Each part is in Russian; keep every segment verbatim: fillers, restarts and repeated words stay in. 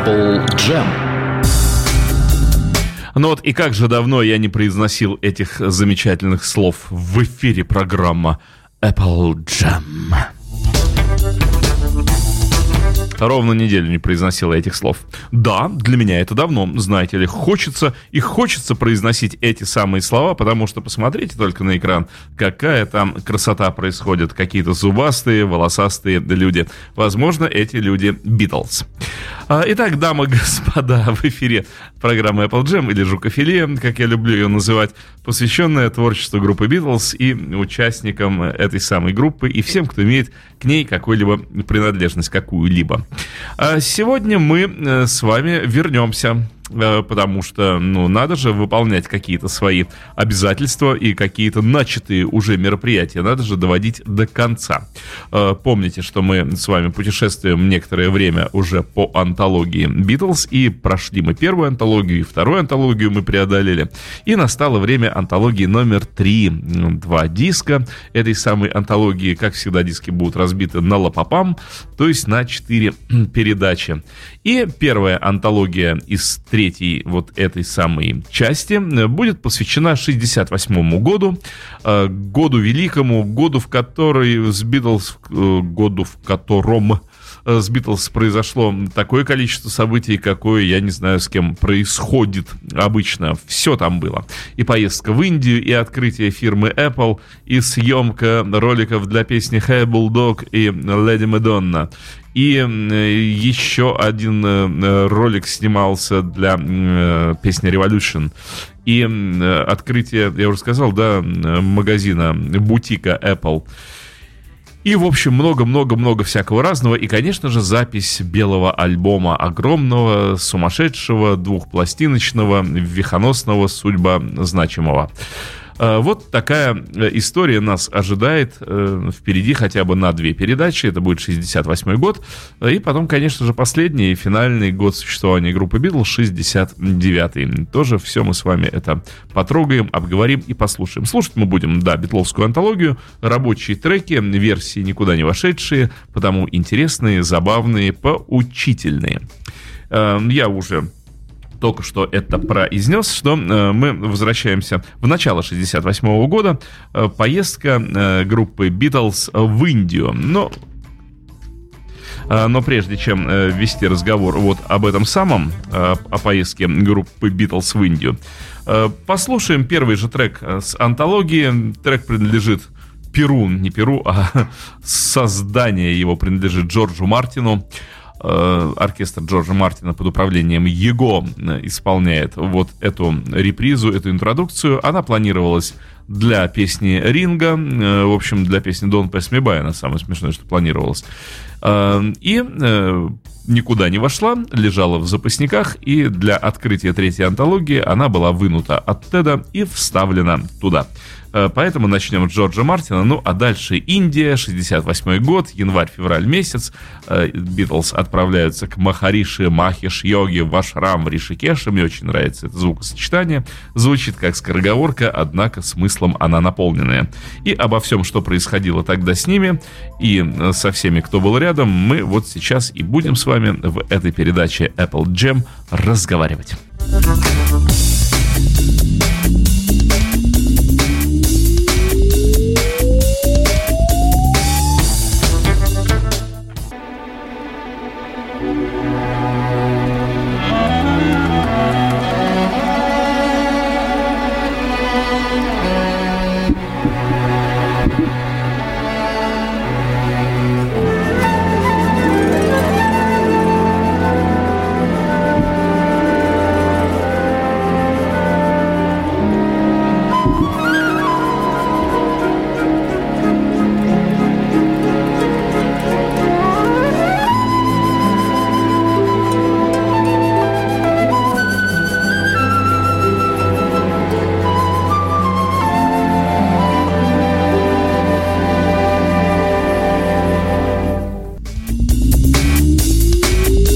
Apple Jam. Ну вот и как же давно я не произносил этих замечательных слов в эфире программа Apple Jam. Ровно неделю не произносила этих слов. Да, для меня это давно, знаете ли, хочется и хочется произносить эти самые слова, потому что посмотрите только на экран, какая там красота происходит, какие-то зубастые, волосастые люди. Возможно, эти люди Beatles. Итак, дамы и господа, в эфире программа Apple Jam, или Жукофилия, как я люблю ее называть, посвященная творчеству группы Beatles и участникам этой самой группы, и всем, кто имеет к ней какую-либо принадлежность, какую-либо. Сегодня мы с вами вернемся, потому что, ну, надо же выполнять какие-то свои обязательства и какие-то начатые уже мероприятия надо же доводить до конца. Помните, что мы с вами путешествуем некоторое время уже по антологии Beatles, и прошли мы первую антологию, и вторую антологию мы преодолели, и настало время антологии номер три. Два диска этой самой антологии, как всегда, диски будут разбиты на лапапам, то есть на четыре передачи. И первая антология из третьей вот этой самой части будет посвящена шестьдесят восьмому году, году великому, году, в который с Beatles, году, в котором с Beatles произошло такое количество событий, какое, я не знаю, с кем происходит обычно. Все там было. И поездка в Индию, и открытие фирмы Apple, и съемка роликов для песни Hey Bulldog и Lady Madonna. И еще один ролик снимался для песни Revolution. И открытие, я уже сказал, да, магазина, бутика Apple. И, в общем, много-много-много всякого разного. И, конечно же, запись белого альбома, огромного, сумасшедшего, двухпластиночного, вехоносного, судьбозначимого. Вот такая история нас ожидает впереди хотя бы на две передачи. Это будет шестьдесят восьмой год. И потом, конечно же, последний, финальный год существования группы Beatles, шестьдесят девятый. Тоже все мы с вами это потрогаем, обговорим и послушаем. Слушать мы будем, да, битловскую антологию, рабочие треки, версии никуда не вошедшие, потому интересные, забавные, поучительные. Я уже только что это произнес, что э, мы возвращаемся в начало шестьдесят восьмого года, э, поездка э, группы Beatles в Индию. Но, э, но прежде чем э, вести разговор вот об этом самом, э, о поездке группы Beatles в Индию, э, послушаем первый же трек с антологии. Трек принадлежит Перу, не Перу, а создание его принадлежит Джорджу Мартину. Оркестр Джорджа Мартина под управлением Его исполняет вот эту репризу, эту интродукцию. Она планировалась для песни Ринга, в общем, для песни Don't Pass Me By, она самое смешное, что планировалась. И никуда не вошла, лежала в запасниках, и для открытия третьей антологии она была вынута от Теда и вставлена туда. Поэтому начнем с Джорджа Мартина. Ну, а дальше Индия, шестьдесят восьмой год, январь-февраль месяц. Битлз отправляются к Махариши Махеш Йоги в ашрам в Ришикеше. Мне очень нравится это звукосочетание. Звучит как скороговорка, однако смыслом она наполненная. И обо всем, что происходило тогда с ними и со всеми, кто был рядом, мы вот сейчас и будем с вами в этой передаче Apple Jam разговаривать.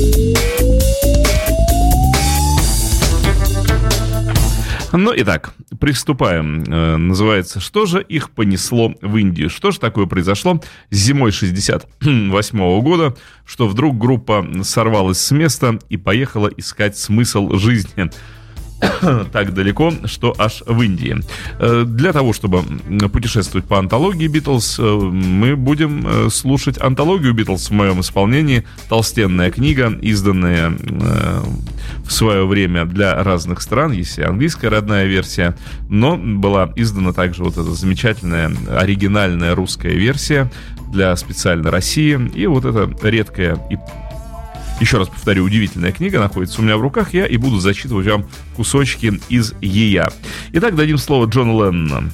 Ну, итак, приступаем. Называется «Что же их понесло в Индию?». Что же такое произошло зимой шестьдесят восьмого года, что вдруг группа сорвалась с места и поехала искать смысл жизни так далеко, что аж в Индии. Для того, чтобы путешествовать по антологии Битлз, мы будем слушать антологию Битлз в моем исполнении. Толстенная книга, изданная в свое время для разных стран, есть и английская родная версия, но была издана также вот эта замечательная оригинальная русская версия для специально России. И вот эта редкая и, еще раз повторю, удивительная книга находится у меня в руках. Я и буду зачитывать вам кусочки из ее. Итак, дадим слово Джону Леннону.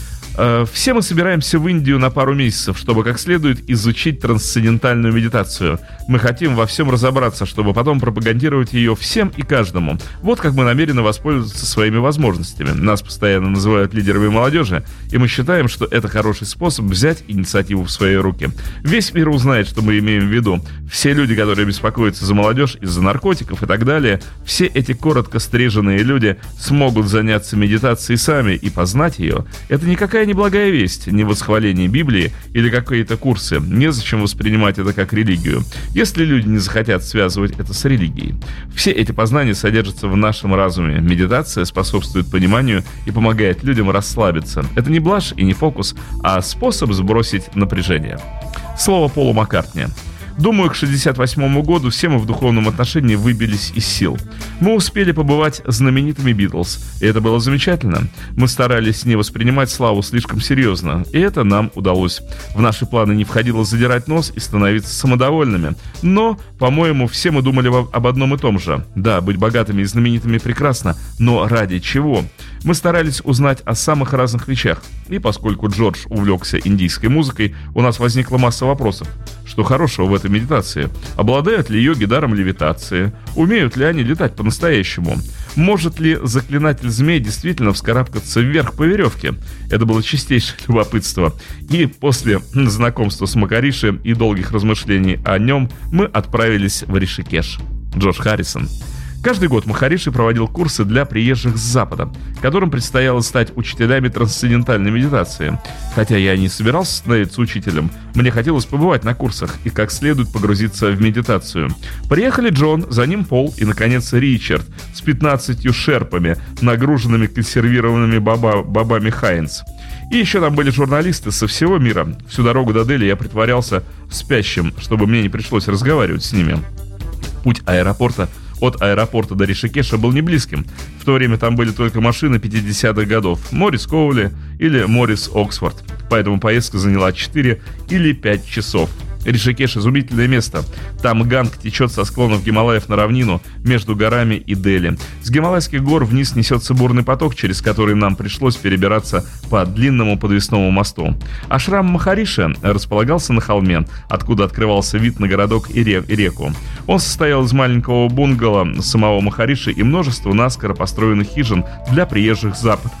Все мы собираемся в Индию на пару месяцев, чтобы как следует изучить трансцендентальную медитацию. Мы хотим во всем разобраться, чтобы потом пропагандировать ее всем и каждому. Вот как мы намерены воспользоваться своими возможностями. Нас постоянно называют лидерами молодежи, и мы считаем, что это хороший способ взять инициативу в свои руки. Весь мир узнает, что мы имеем в виду. Все люди, которые беспокоятся за молодежь из-за наркотиков и так далее, все эти коротко стриженные люди смогут заняться медитацией сами и познать ее. Это никакая не благая весть, не восхваление Библии или какие-то курсы. Незачем воспринимать это как религию, если люди не захотят связывать это с религией. Все эти познания содержатся в нашем разуме. Медитация способствует пониманию и помогает людям расслабиться. Это не блажь и не фокус, а способ сбросить напряжение. Слово Полу Маккартни. Думаю, к шестьдесят восьмому году все мы в духовном отношении выбились из сил. Мы успели побывать знаменитыми Битлз, и это было замечательно. Мы старались не воспринимать славу слишком серьезно, и это нам удалось. В наши планы не входило задирать нос и становиться самодовольными. Но, по-моему, все мы думали об одном и том же. Да, быть богатыми и знаменитыми прекрасно, но ради чего? Мы старались узнать о самых разных вещах. И поскольку Джордж увлекся индийской музыкой, у нас возникла масса вопросов. Что хорошего в этой медитации? Обладают ли йоги даром левитации? Умеют ли они летать по-настоящему? Может ли заклинатель змей действительно вскарабкаться вверх по веревке? Это было чистейшее любопытство. И после знакомства с Махариши и долгих размышлений о нем мы отправились в Ришикеш. Джордж Харрисон. Каждый год Махариши проводил курсы для приезжих с Запада, которым предстояло стать учителями трансцендентальной медитации. Хотя я не собирался становиться учителем, мне хотелось побывать на курсах и как следует погрузиться в медитацию. Приехали Джон, за ним Пол и, наконец, Ричард с пятнадцатью шерпами, нагруженными консервированными боба, бобами Хайнц. И еще там были журналисты со всего мира. Всю дорогу до Дели я притворялся спящим, чтобы мне не пришлось разговаривать с ними. Путь аэропорта От аэропорта до Ришикеша был не близким. В то время там были только машины пятидесятых годов, Моррис Коули или Моррис Оксфорд. Поэтому поездка заняла четыре или пять часов. Ришикеш – изумительное место. Там Ганг течет со склонов Гималаев на равнину между горами и Дели. С Гималайских гор вниз несется бурный поток, через который нам пришлось перебираться по длинному подвесному мосту. Ашрам Махариши располагался на холме, откуда открывался вид на городок и реку. Он состоял из маленького бунгало самого Махариши и множества наскоро построенных хижин для приезжих с запада.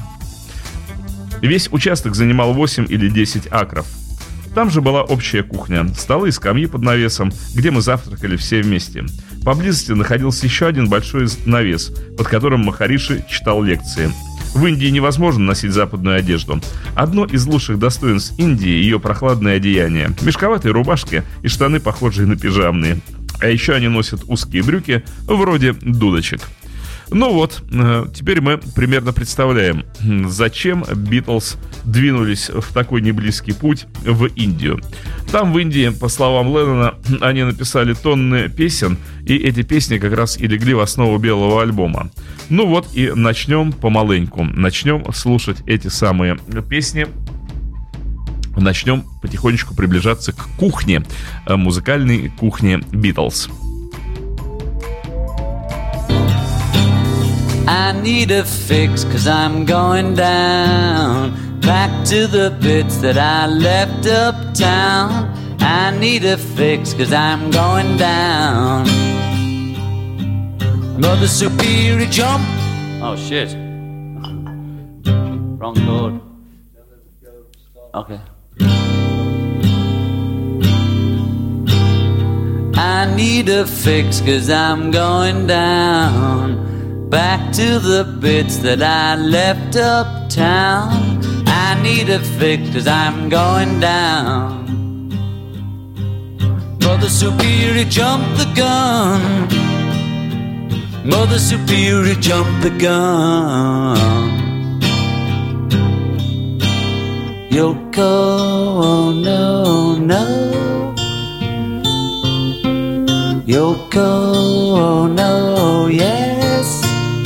Весь участок занимал восемь или десять акров. Там же была общая кухня, столы и скамьи под навесом, где мы завтракали все вместе. Поблизости находился еще один большой навес, под которым Махариши читал лекции. В Индии невозможно носить западную одежду. Одно из лучших достоинств Индии – ее прохладное одеяние. Мешковатые рубашки и штаны, похожие на пижамные. А еще они носят узкие брюки, вроде дудочек. Ну вот, теперь мы примерно представляем, зачем Битлз двинулись в такой неблизкий путь в Индию. Там в Индии, по словам Леннона, они написали тонны песен, и эти песни как раз и легли в основу белого альбома. Ну вот и начнем помаленьку, начнем слушать эти самые песни. Начнем потихонечку приближаться к кухне, музыкальной кухне Битлз. I need a fix 'cause I'm going down back to the bits that I left uptown. I need a fix 'cause I'm going down. Mother Superior jump. Oh shit. Wrong chord. Okay. I need a fix 'cause I'm going down back to the bits that I left uptown. I need a fix 'cause I'm going down. Mother Superior jumped the gun. Mother Superior jumped the gun. Yoko, oh no, no. Yoko, oh no, yes.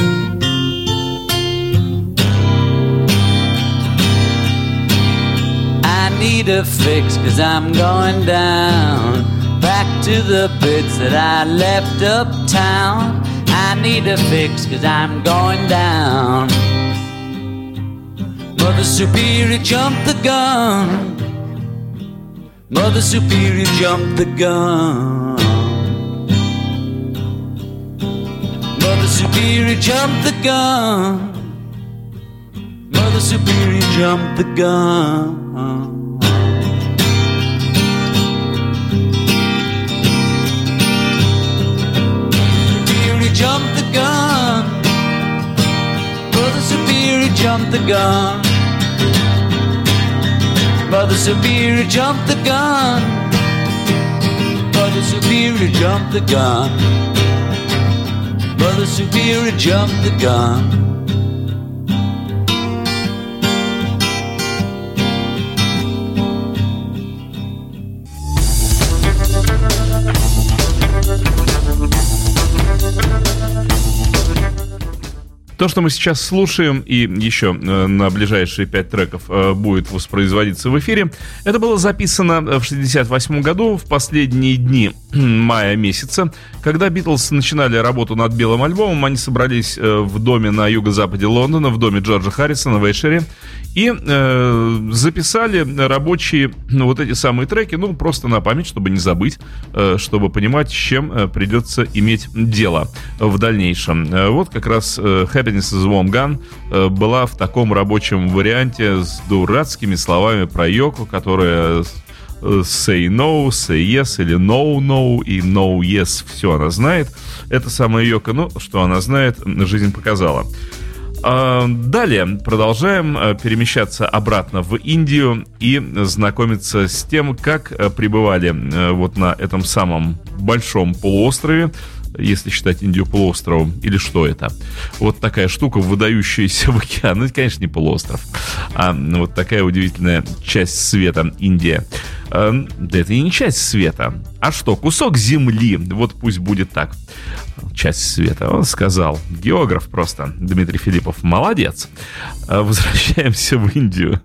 I need a fix 'cause I'm going down. Back to the bits that I left uptown. I need a fix 'cause I'm going down. Mother Superior jumped the gun. Mother Superior jumped the gun. Mother Superior jumped the gun. Mother Superior jumped the gun. Jumped the gun. Mother Superior jumped the gun. Mother Superior jumped the gun. Mother Superior jumped the gun. Mother Superior jumped the gun. То, что мы сейчас слушаем, и еще на ближайшие пять треков будет воспроизводиться в эфире, это было записано в шестьдесят восьмом году, в последние дни мая месяца. Когда Битлз начинали работу над белым альбомом, они собрались в доме на юго-западе Лондона, в доме Джорджа Харрисона в Эшере, и э, записали рабочие ну, вот эти самые треки, ну, просто на память, чтобы не забыть, э, чтобы понимать, с чем э, придется иметь дело в дальнейшем. Э, вот как раз э, Happiness is Warm Gun э, была в таком рабочем варианте с дурацкими словами про Йоко, которая э, say no, say yes, или no, no, и no, yes, все она знает. Это самая Йоко, ну, что она знает, жизнь показала. Далее продолжаем перемещаться обратно в Индию и знакомиться с тем, как пребывали вот на этом самом большом полуострове, если считать Индию полуостровом, или что это? Вот такая штука, выдающаяся в океан. Ну, это, конечно, не полуостров, а вот такая удивительная часть света Индия. Да это и не часть света. А что, кусок земли, вот пусть будет так. Часть света, он сказал. Географ просто, Дмитрий Филиппов, молодец. Возвращаемся в Индию.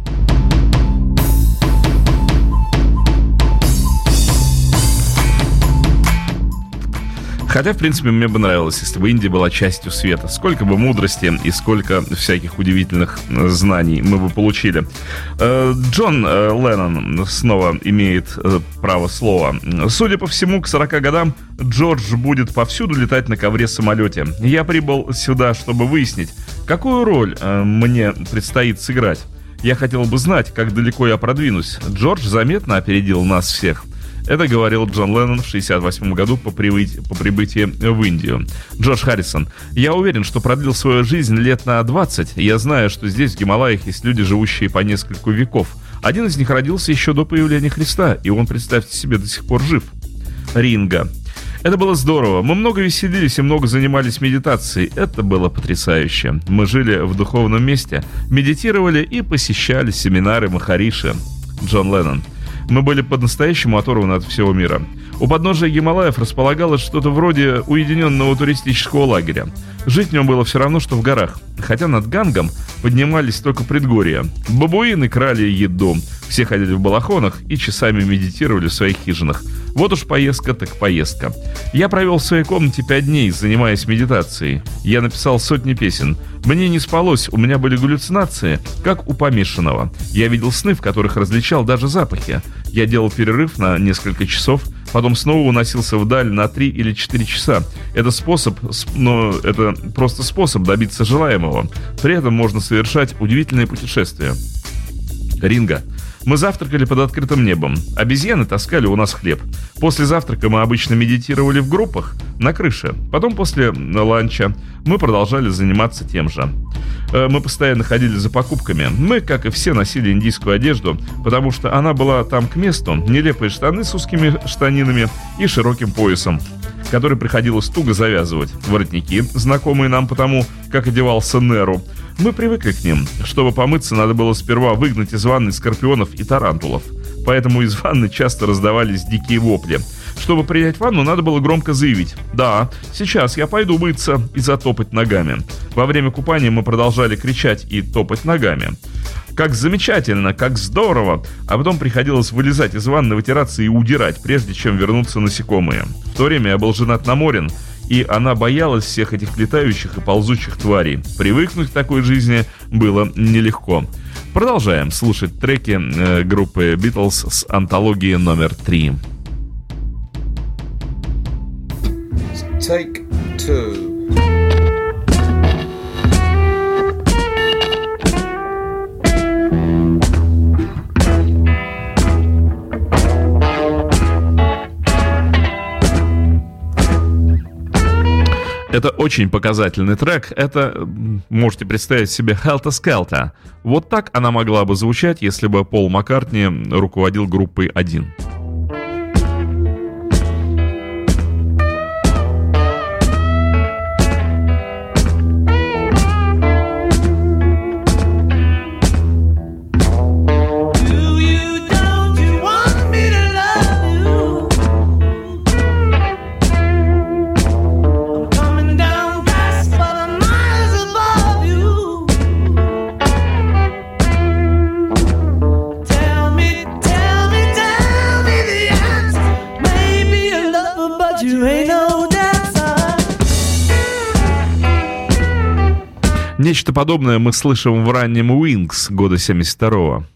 Хотя, в принципе, мне бы нравилось, если бы Индия была частью света. Сколько бы мудрости и сколько всяких удивительных знаний мы бы получили. Джон Леннон снова имеет право слова. Судя по всему, к сорока годам Джордж будет повсюду летать на ковре-самолете. Я прибыл сюда, чтобы выяснить, какую роль мне предстоит сыграть. Я хотел бы знать, как далеко я продвинусь. Джордж заметно опередил нас всех. Это говорил Джон Леннон в шестьдесят восьмом году по, прибытии, по прибытии в Индию. Джордж Харрисон. Я уверен, что продлил свою жизнь лет на двадцать. Я знаю, что здесь, в Гималаях, есть люди, живущие по нескольку веков. Один из них родился еще до появления Христа, и он, представьте себе, до сих пор жив. Ринго. Это было здорово. Мы много веселились и много занимались медитацией. Это было потрясающе. Мы жили в духовном месте, медитировали и посещали семинары Махариши. Джон Леннон. Мы были по-настоящему оторваны от всего мира. У подножия Гималаев располагалось что-то вроде уединенного туристического лагеря. Жить в нем было все равно, что в горах. Хотя над Гангом поднимались только предгорья. Бабуины крали еду. Все ходили в балахонах и часами медитировали в своих хижинах. Вот уж поездка так поездка. Я провел в своей комнате пять дней, занимаясь медитацией. Я написал сотни песен. Мне не спалось, у меня были галлюцинации, как у помешанного. Я видел сны, в которых различал даже запахи. Я делал перерыв на несколько часов, потом снова уносился вдаль на три или четыре часа. Это способ, но это просто способ добиться желаемого. При этом можно совершать удивительные путешествия. Ринго. Мы завтракали под открытым небом. Обезьяны таскали у нас хлеб. После завтрака мы обычно медитировали в группах на крыше. Потом после ланча мы продолжали заниматься тем же. Мы постоянно ходили за покупками. Мы, как и все, носили индийскую одежду, потому что она была там к месту. Нелепые штаны с узкими штанинами и широким поясом, который приходилось туго завязывать. Воротники, знакомые нам потому, как одевался Неру. Мы привыкли к ним. Чтобы помыться, надо было сперва выгнать из ванны скорпионов и тарантулов. Поэтому из ванны часто раздавались дикие вопли. Чтобы принять ванну, надо было громко заявить: «Да, сейчас я пойду мыться», и затопать ногами. Во время купания мы продолжали кричать и топать ногами. Как замечательно, как здорово! А потом приходилось вылезать из ванны, вытираться и удирать, прежде чем вернутся насекомые. В то время я был женат на Морин, и она боялась всех этих летающих и ползучих тварей. Привыкнуть к такой жизни было нелегко. Продолжаем слушать треки э, группы Beatles с антологии номер три. Take two. Это очень показательный трек. Это, можете представить себе, Helter Skelter. Вот так она могла бы звучать, если бы Пол Маккартни руководил группой один. Нечто подобное мы слышим в раннем Wings года семьдесят второго.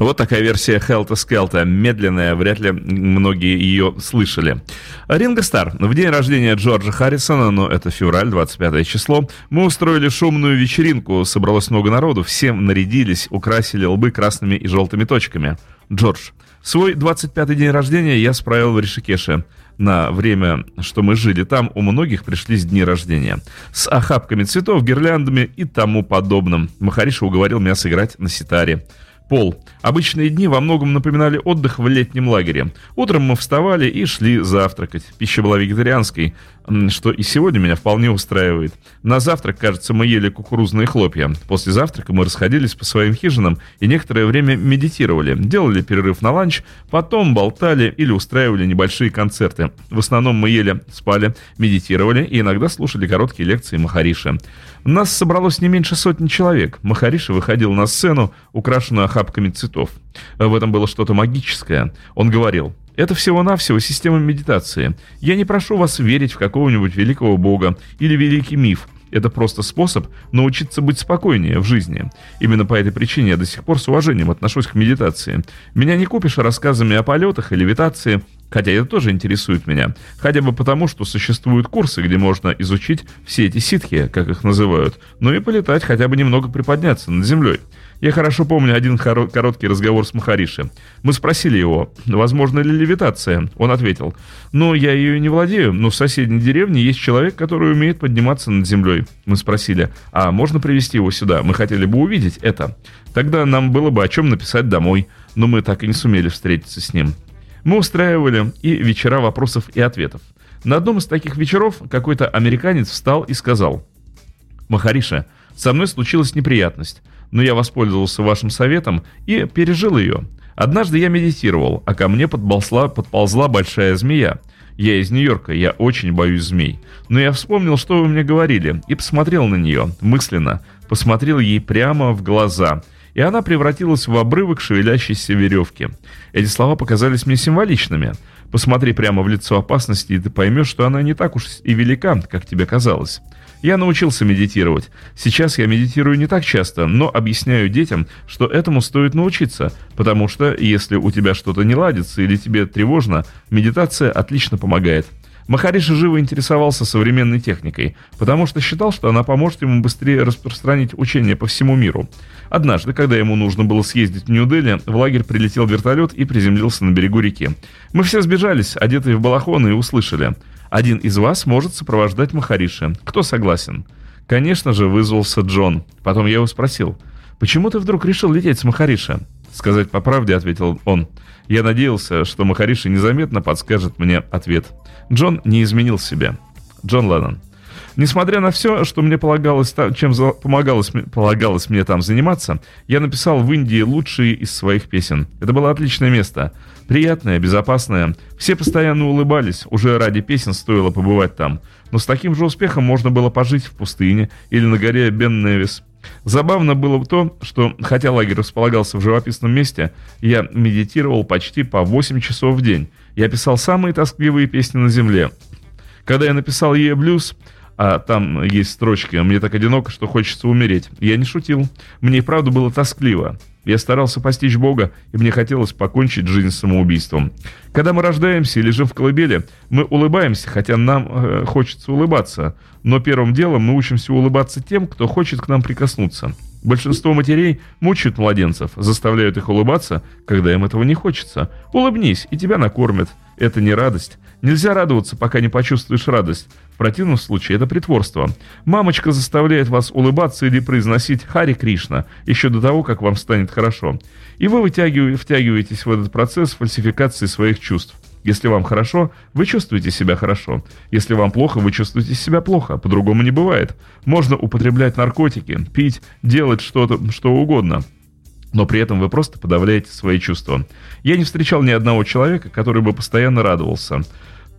Вот такая версия Хелта Скелта. Медленная, вряд ли многие ее слышали. Ринго Стар. В день рождения Джорджа Харрисона, но это февраль, двадцать пятое число, мы устроили шумную вечеринку. Собралось много народу, все нарядились, украсили лбы красными и желтыми точками. Джордж. Свой двадцать пятый день рождения я справил в Ришикеше. На время, что мы жили там, у многих пришлись дни рождения. С охапками цветов, гирляндами и тому подобным. Махариша уговорил меня сыграть на ситаре. Пол. Обычные дни во многом напоминали отдых в летнем лагере. Утром мы вставали и шли завтракать. Пища была вегетарианской, что и сегодня меня вполне устраивает. На завтрак, кажется, мы ели кукурузные хлопья. После завтрака мы расходились по своим хижинам и некоторое время медитировали. Делали перерыв на ланч, потом болтали или устраивали небольшие концерты. В основном мы ели, спали, медитировали и иногда слушали короткие лекции Махариши. Нас собралось не меньше сотни человек. Махариша выходил на сцену, украшенную охапками цветов. В этом было что-то магическое. Он говорил: «Это всего-навсего система медитации. Я не прошу вас верить в какого-нибудь великого бога или великий миф. Это просто способ научиться быть спокойнее в жизни. Именно по этой причине я до сих пор с уважением отношусь к медитации. Меня не купишь рассказами о полетах и левитации, хотя это тоже интересует меня. Хотя бы потому, что существуют курсы, где можно изучить все эти ситхи, как их называют, ну и полетать, хотя бы немного приподняться над землей». Я хорошо помню один хоро- короткий разговор с Махариши. Мы спросили его, возможно ли левитация. Он ответил: «Ну, я ее не владею, но в соседней деревне есть человек, который умеет подниматься над землей». Мы спросили: «А можно привезти его сюда? Мы хотели бы увидеть это. Тогда нам было бы о чем написать домой, но мы так и не сумели встретиться с ним». Мы устраивали и вечера вопросов и ответов. На одном из таких вечеров какой-то американец встал и сказал: «Махариша, со мной случилась неприятность, но я воспользовался вашим советом и пережил ее. Однажды я медитировал, а ко мне подползла, подползла большая змея. Я из Нью-Йорка, я очень боюсь змей. Но я вспомнил, что вы мне говорили, и посмотрел на нее, мысленно, посмотрел ей прямо в глаза, и она превратилась в обрывок шевелящейся веревки. Эти слова показались мне символичными. Посмотри прямо в лицо опасности, и ты поймешь, что она не так уж и велика, как тебе казалось». Я научился медитировать. Сейчас я медитирую не так часто, но объясняю детям, что этому стоит научиться, потому что если у тебя что-то не ладится или тебе тревожно, медитация отлично помогает. Махариша живо интересовался современной техникой, потому что считал, что она поможет ему быстрее распространить учение по всему миру. Однажды, когда ему нужно было съездить в Нью-Дели, в лагерь прилетел вертолет и приземлился на берегу реки. Мы все сбежались, одетые в балахоны, и услышали: «Один из вас может сопровождать Махариши. Кто согласен?» Конечно же, вызвался Джон. Потом я его спросил: «Почему ты вдруг решил лететь с Махариши?» «Сказать по правде», — ответил он. «Я надеялся, что Махариши незаметно подскажет мне ответ». Джон не изменил себя. Джон Леннон. Несмотря на все, что мне полагалось, чем помогалось, полагалось мне там заниматься, я написал в Индии лучшие из своих песен. Это было отличное место. Приятное, безопасное. Все постоянно улыбались. Уже ради песен стоило побывать там. Но с таким же успехом можно было пожить в пустыне или на горе Бен-Невис. Забавно было то, что, хотя лагерь располагался в живописном месте, я медитировал почти по восемь часов в день. Я писал самые тоскливые песни на земле. Когда я написал «Е блюз», а там есть строчки «Мне так одиноко, что хочется умереть», я не шутил. Мне и правда было тоскливо. Я старался постичь Бога, и мне хотелось покончить жизнь самоубийством. Когда мы рождаемся и лежим в колыбели, мы улыбаемся, хотя нам э, хочется улыбаться. Но первым делом мы учимся улыбаться тем, кто хочет к нам прикоснуться. Большинство матерей мучают младенцев, заставляют их улыбаться, когда им этого не хочется. Улыбнись, и тебя накормят. Это не радость. Нельзя радоваться, пока не почувствуешь радость. В противном случае это притворство. Мамочка заставляет вас улыбаться или произносить «Хари Кришна» еще до того, как вам станет хорошо. И вы вытягиваете, втягиваетесь в этот процесс фальсификации своих чувств. Если вам хорошо, вы чувствуете себя хорошо. Если вам плохо, вы чувствуете себя плохо. По-другому не бывает. Можно употреблять наркотики, пить, делать что-то, что угодно. Но при этом вы просто подавляете свои чувства. Я не встречал ни одного человека, который бы постоянно радовался.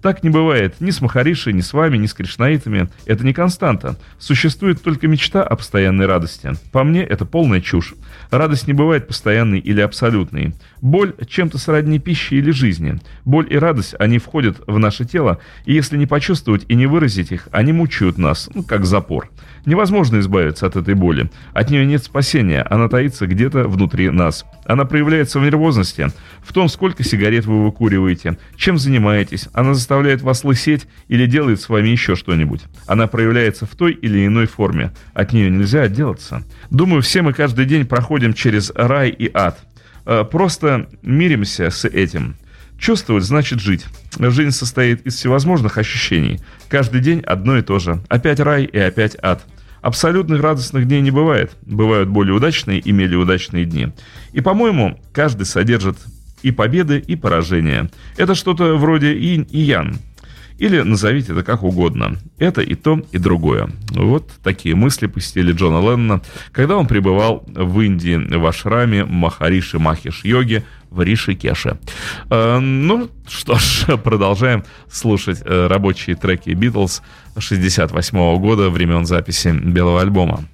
Так не бывает ни с Махаришей, ни с вами, ни с кришнаитами. Это не константа. Существует только мечта о постоянной радости. По мне, это полная чушь. Радость не бывает постоянной или абсолютной. Боль чем-то сродни пище или жизни. Боль и радость, они входят в наше тело, и если не почувствовать и не выразить их, они мучают нас, ну, как запор. Невозможно избавиться от этой боли. От нее нет спасения, она таится где-то внутри нас. Она проявляется в нервозности, в том, сколько сигарет вы выкуриваете, чем занимаетесь. Она заставляет вас лысеть или делает с вами еще что-нибудь. Она проявляется в той или иной форме. От нее нельзя отделаться. Думаю, все мы каждый день проходим через рай и ад. Просто миримся с этим. Чувствовать значит жить. Жизнь состоит из всевозможных ощущений. Каждый день одно и то же. Опять рай и опять ад. Абсолютных радостных дней не бывает. Бывают более удачные и менее удачные дни. И, по-моему, каждый содержит и победы, и поражения. Это что-то вроде инь и ян. Или назовите это как угодно. Это и то, и другое. Вот такие мысли посетили Джона Леннона, когда он пребывал в Индии в ашраме Махариши Махеш Йоги в Ришикеше. Э, ну что ж, продолжаем слушать э, рабочие треки Битлз шестьдесят восьмого года, времен записи белого альбома.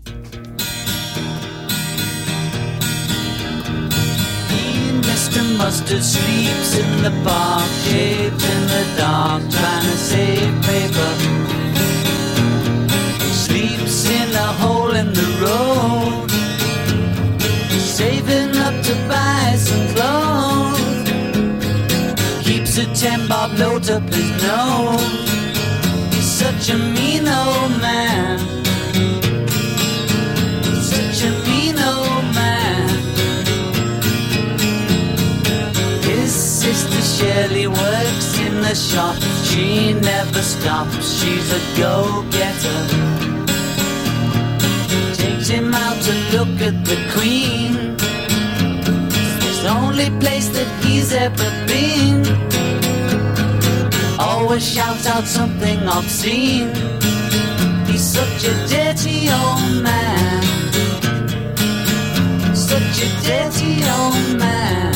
Mustard sleeps in the bark, caves in the dark, trying to save paper. Sleeps in a hole in the road, saving up to buy some clothes. Keeps a ten bob note up his nose. He's such a mean old man. Such a mean old man. Sister Shirley works in the shop. She never stops, she's a go-getter. Takes him out to look at the Queen. It's the only place that he's ever been. Always shouts out something obscene. He's such a dirty old man. Such a dirty old man.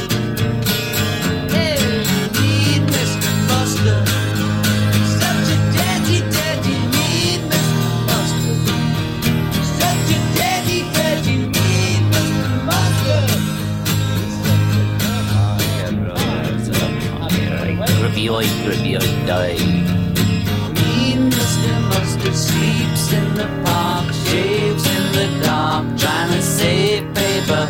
Oi, oi, oi, oi. Mean Mister Mustard sleeps in the park, shaves in the dark, trying to save paper.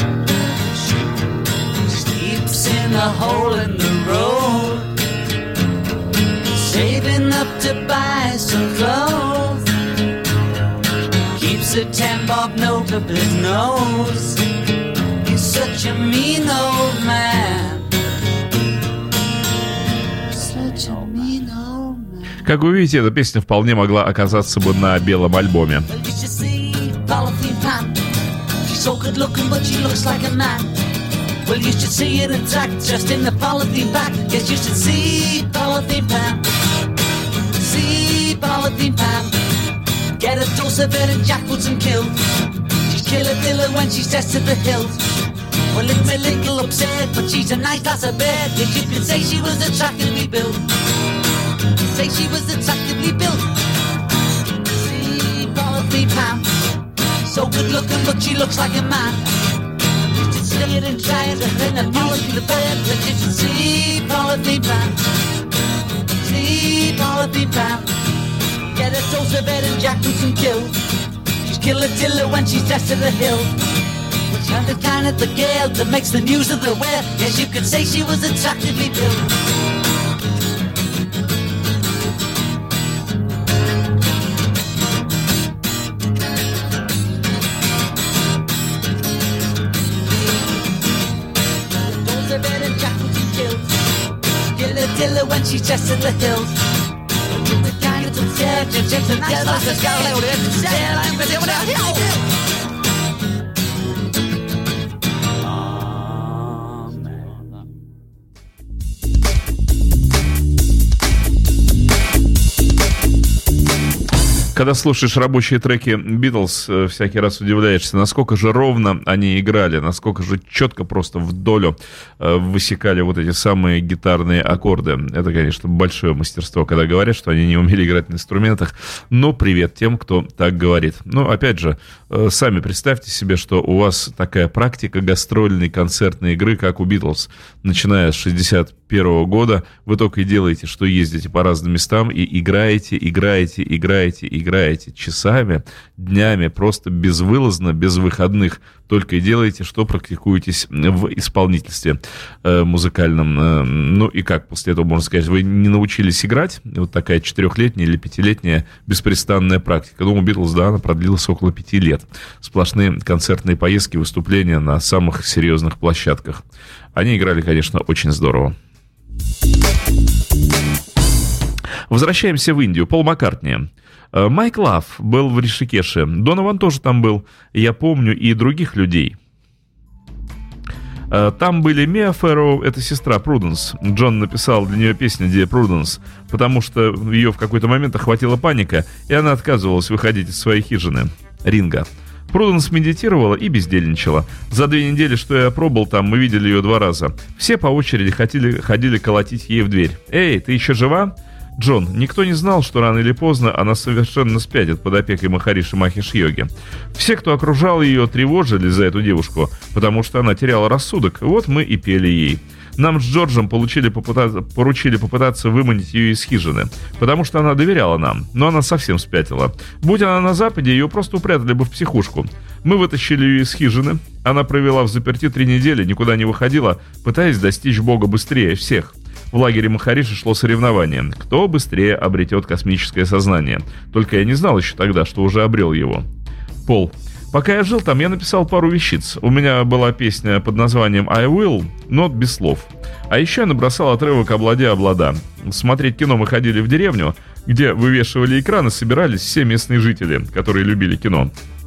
Sleeps in a hole in the road, saving up to buy some clothes. Keeps a ten bob note up his nose. He's such a mean old man. Как вы видите, эта песня вполне могла оказаться бы на белом альбоме. Well, it's a little upset, but she's a nice lass of bed. Yes, you could say she was attractively built. Say she was attractively built. See, Dorothy Pam. So good looking, but she looks like a man. You should say it and try it, and then apology the bed. But you should see Dorothy Pam. See Dorothy Pam. Get a dose of bed and jackets and kill. She's killer tiller when she's dressed to the hill. And the kind of the girl that makes the news of the world. Yes, you could say she was attractively built. Those are better jackets and kills. Killer diller when she's just in the hills. The kind of the girl that just a nice lass of girl. Когда слушаешь рабочие треки Битлз, всякий раз удивляешься, насколько же ровно они играли, насколько же четко просто в долю высекали вот эти самые гитарные аккорды. Это, конечно, большое мастерство, когда говорят, что они не умели играть на инструментах. Но привет тем, кто так говорит. Но, опять же, сами представьте себе, что у вас такая практика гастрольной концертной игры, как у Битлз. Начиная с шестьдесят первого года вы только и делаете, что ездите по разным местам и играете, играете, играете, играете часами, днями, просто безвылазно, без выходных. Только и делаете, что практикуетесь в исполнительстве э, музыкальном. Э, ну и как после этого можно сказать, вы не научились играть? Вот такая четырехлетняя или пятилетняя беспрестанная практика. Ну, у Битлз, да, она продлилась около пяти лет. Сплошные концертные поездки, выступления на самых серьезных площадках. Они играли, конечно, очень здорово. Возвращаемся в Индию. Пол Маккартни. Майк Лав был в Ришикеше. Донован тоже там был. Я помню и других людей. Там были Миа Фэрроу, это сестра Пруденс. Джон написал для нее песню «Dear Prudence», потому что ее в какой-то момент охватила паника, и она отказывалась выходить из своей хижины. Ринго. Пруденс медитировала и бездельничала. За две недели, что я пробыл там, мы видели ее два раза. Все по очереди ходили, ходили колотить ей в дверь. «Эй, ты еще жива?» Джон, никто не знал, что рано или поздно она совершенно спятит под опекой Махариши Махеш-йоги. Все, кто окружал ее, тревожили за эту девушку, потому что она теряла рассудок. Вот мы и пели ей. Нам с Джорджем получили попытаться, поручили попытаться выманить ее из хижины, потому что она доверяла нам, но она совсем спятила. Будь она на Западе, ее просто упрятали бы в психушку. Мы вытащили ее из хижины, она провела в заперти три недели, никуда не выходила, пытаясь достичь Бога быстрее всех. В лагере Махариши шло соревнование, кто быстрее обретет космическое сознание. Только я не знал еще тогда, что уже обрел его. Пол. Пока я жил там, я написал пару вещиц. У меня была песня под названием «I Will», но без слов. А еще я набросал отрывок «Обладя-облада». Смотреть кино мы ходили в деревню, где вывешивали экраны, собирались все местные жители, которые любили кино.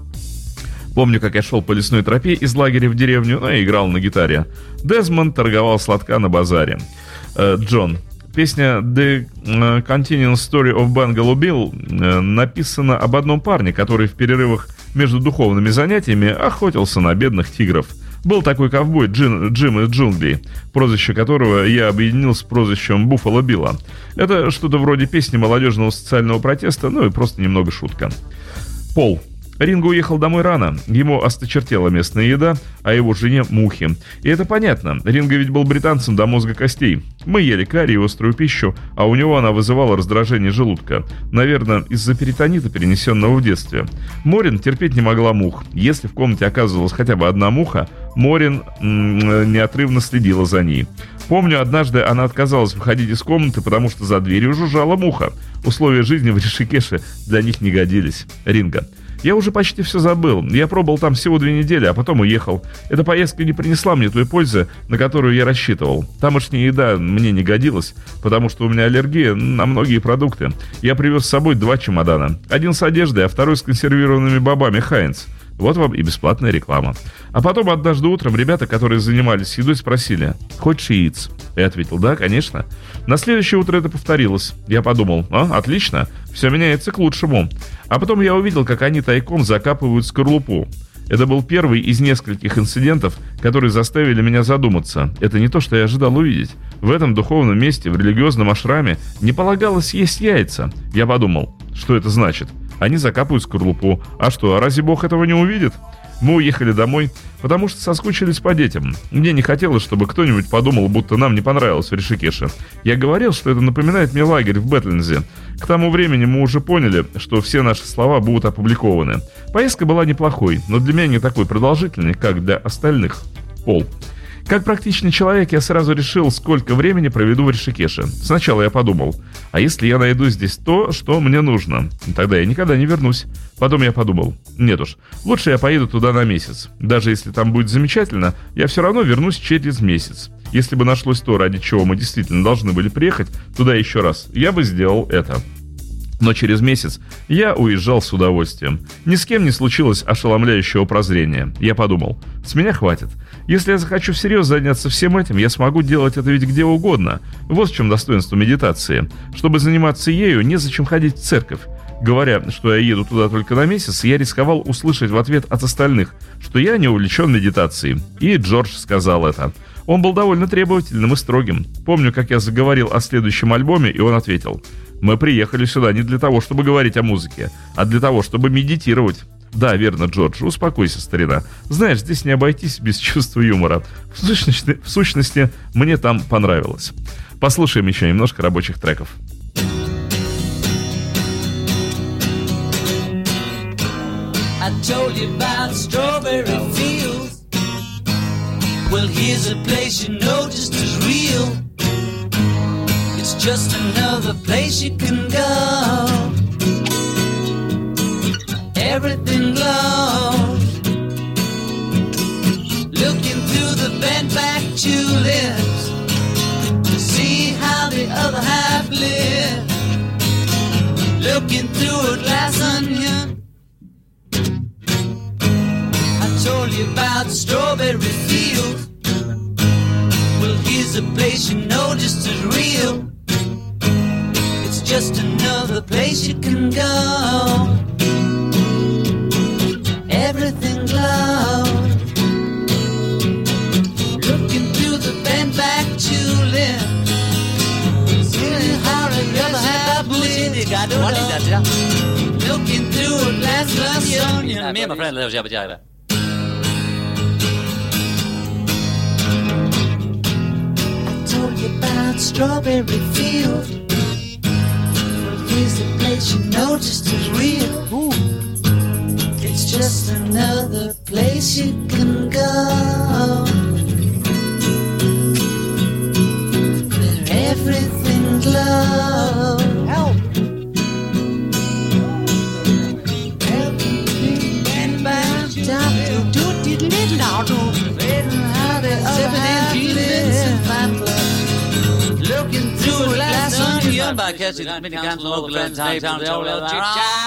Помню, как я шел по лесной тропе из лагеря в деревню, ну и играл на гитаре. Дезмонд торговал сладка на базаре. Э, Джон. Песня «The Continuing Story of Bungalow Bill» э, написана об одном парне, который в перерывах между духовными занятиями охотился на бедных тигров. Был такой ковбой Джин, Джим из джунглей, прозвище которого я объединил с прозвищем Буффало Билла. Это что-то вроде песни молодежного социального протеста, ну и просто немного шутка. Пол. Ринго уехал домой рано, ему осточертела местная еда, а его жене мухи. И это понятно, Ринго ведь был британцем до мозга костей. Мы ели карри и острую пищу, а у него она вызывала раздражение желудка. Наверное, из-за перитонита, перенесенного в детстве. Морин терпеть не могла мух. Если в комнате оказывалась хотя бы одна муха, Морин м-м, неотрывно следила за ней. Помню, однажды она отказалась выходить из комнаты, потому что за дверью жужжала муха. Условия жизни в Ришикеше для них не годились. Ринго. Я уже почти все забыл. Я пробыл там всего две недели, а потом уехал. Эта поездка не принесла мне той пользы, на которую я рассчитывал. Тамошняя еда мне не годилась, потому что у меня аллергия на многие продукты. Я привез с собой два чемодана. Один с одеждой, а второй с консервированными бобами Хайнц. Вот вам и бесплатная реклама. А потом однажды утром ребята, которые занимались едой, спросили: «Хочешь яиц?» Я ответил: «Да, конечно». На следующее утро это повторилось. Я подумал: «А, отлично, все меняется к лучшему». А потом я увидел, как они тайком закапывают скорлупу. Это был первый из нескольких инцидентов, которые заставили меня задуматься. Это не то, что я ожидал увидеть. В этом духовном месте, в религиозном ашраме, не полагалось есть яйца. Я подумал: что это значит? Они закапывают скорлупу. А что, а разве Бог этого не увидит? Мы уехали домой, потому что соскучились по детям. Мне не хотелось, чтобы кто-нибудь подумал, будто нам не понравилось в Ришикеше. Я говорил, что это напоминает мне лагерь в Бэтлинзе. К тому времени мы уже поняли, что все наши слова будут опубликованы. Поездка была неплохой, но для меня не такой продолжительной, как для остальных. Пол. Как практичный человек, я сразу решил, сколько времени проведу в Ришикеше. Сначала я подумал: а если я найду здесь то, что мне нужно? Тогда я никогда не вернусь. Потом я подумал: нет уж, лучше я поеду туда на месяц. Даже если там будет замечательно, я все равно вернусь через месяц. Если бы нашлось то, ради чего мы действительно должны были приехать туда еще раз, я бы сделал это. Но через месяц я уезжал с удовольствием. Ни с кем не случилось ошеломляющего прозрения. Я подумал: с меня хватит. Если я захочу всерьез заняться всем этим, я смогу делать это ведь где угодно. Вот в чем достоинство медитации. Чтобы заниматься ею, незачем ходить в церковь. Говоря, что я еду туда только на месяц, я рисковал услышать в ответ от остальных, что я не увлечен медитацией. И Джордж сказал это. Он был довольно требовательным и строгим. Помню, как я заговорил о следующем альбоме, и он ответил: «Мы приехали сюда не для того, чтобы говорить о музыке, а для того, чтобы медитировать». Да, верно, Джордж, успокойся, старина. Знаешь, здесь не обойтись без чувства юмора. В сущности, в сущности, мне там понравилось. Послушаем еще немножко рабочих треков. I told you about strawberry fields. Well, here's a place you know just as real. It's just another place you can go. Everything glows. Looking through the bent back tulips to see how the other half lives. Looking through a glass onion. I told you about the strawberry fields. Well, here's a place you know just as real. It's just another place you can go. Everything glows. Looking through the bent back tulip. Seeing how the other half lives. Looking through a glass onion. Me and my friend live Jabba Jabba. I told you about strawberry field. Well, here's the place you know just as real. Ooh. It's just another place you can go. Where everything glows. Help! Everything and back down to do it little out of how the other half lives. Looking through a glass onion by catching many kinds of local friends downtown to all the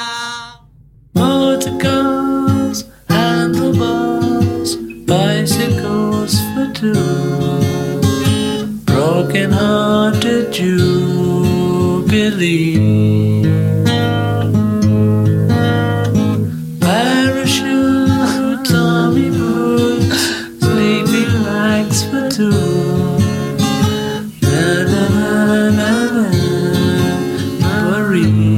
motorcars, handlebars, bicycles for two, broken-hearted jubilee, parachute, army boots, sleeping bags for two. Na na na na na, Marie.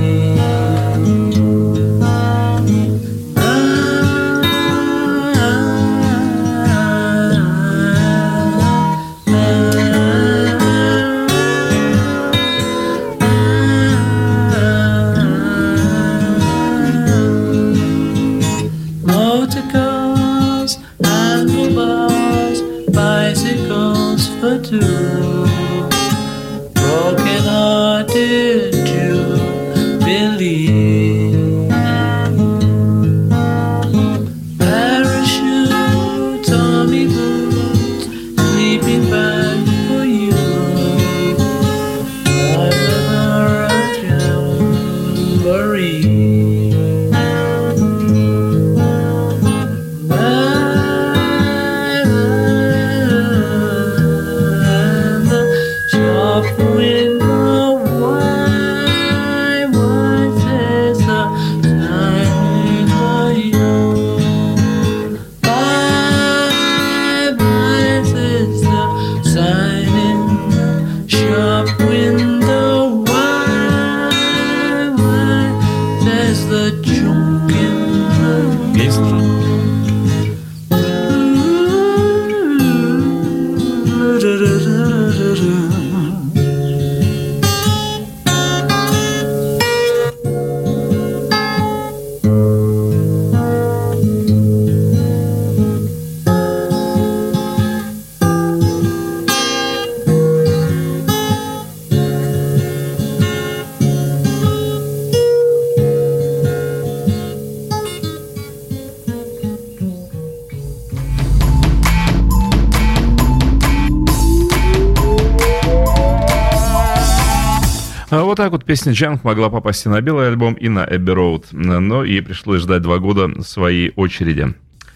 Вот так вот песня «Junk» могла попасть и на белый альбом, и на Abbey Road, но ей пришлось ждать два года своей очереди.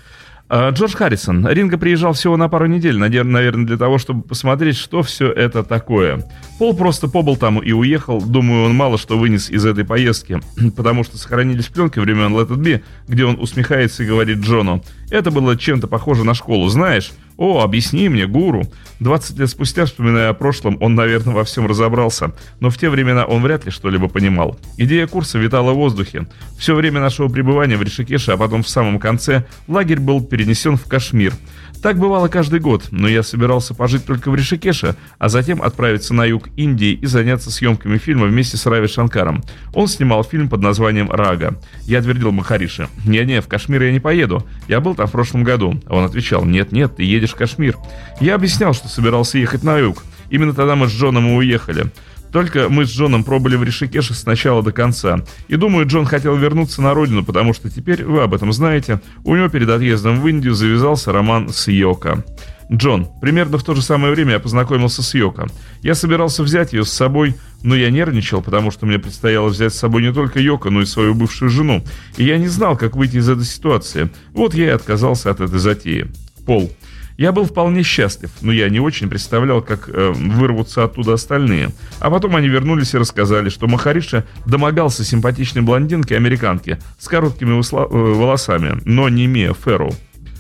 Джордж Харрисон. Ринго приезжал всего на пару недель, наверное, для того, чтобы посмотреть, что все это такое. Пол просто побыл там и уехал. Думаю, он мало что вынес из этой поездки, потому что сохранились пленки времен Let It Be, где он усмехается и говорит Джону: «Это было чем-то похоже на школу, знаешь? О, объясни мне, гуру». двадцать лет спустя, вспоминая о прошлом, он, наверное, во всем разобрался, но в те времена он вряд ли что-либо понимал. Идея курса витала в воздухе. Все время нашего пребывания в Ришикеше, а потом в самом конце, лагерь был перенесен в Кашмир. Так бывало каждый год, но я собирался пожить только в Ришикеше, а затем отправиться на юг Индии и заняться съемками фильма вместе с Рави Шанкаром. Он снимал фильм под названием «Рага». Я твердил Махариши: «Не-не, в Кашмир я не поеду. Я был там в прошлом году». А он отвечал: «Нет-нет, ты едешь в Кашмир». Я объяснял, что собирался ехать на юг. Именно тогда мы с Джоном и уехали. Только мы с Джоном пробыли в Ришикеше с начала до конца. И думаю, Джон хотел вернуться на родину, потому что теперь, вы об этом знаете, у него перед отъездом в Индию завязался роман с Йоко. Джон. Примерно в то же самое время я познакомился с Йоко. Я собирался взять ее с собой, но я нервничал, потому что мне предстояло взять с собой не только Йоко, но и свою бывшую жену. И я не знал, как выйти из этой ситуации. Вот я и отказался от этой затеи. Пол. Я был вполне счастлив, но я не очень представлял, как э, вырвутся оттуда остальные. А потом они вернулись и рассказали, что Махариши домогался симпатичной блондинки-американки с короткими усла- э, волосами, но не Мия Ферроу.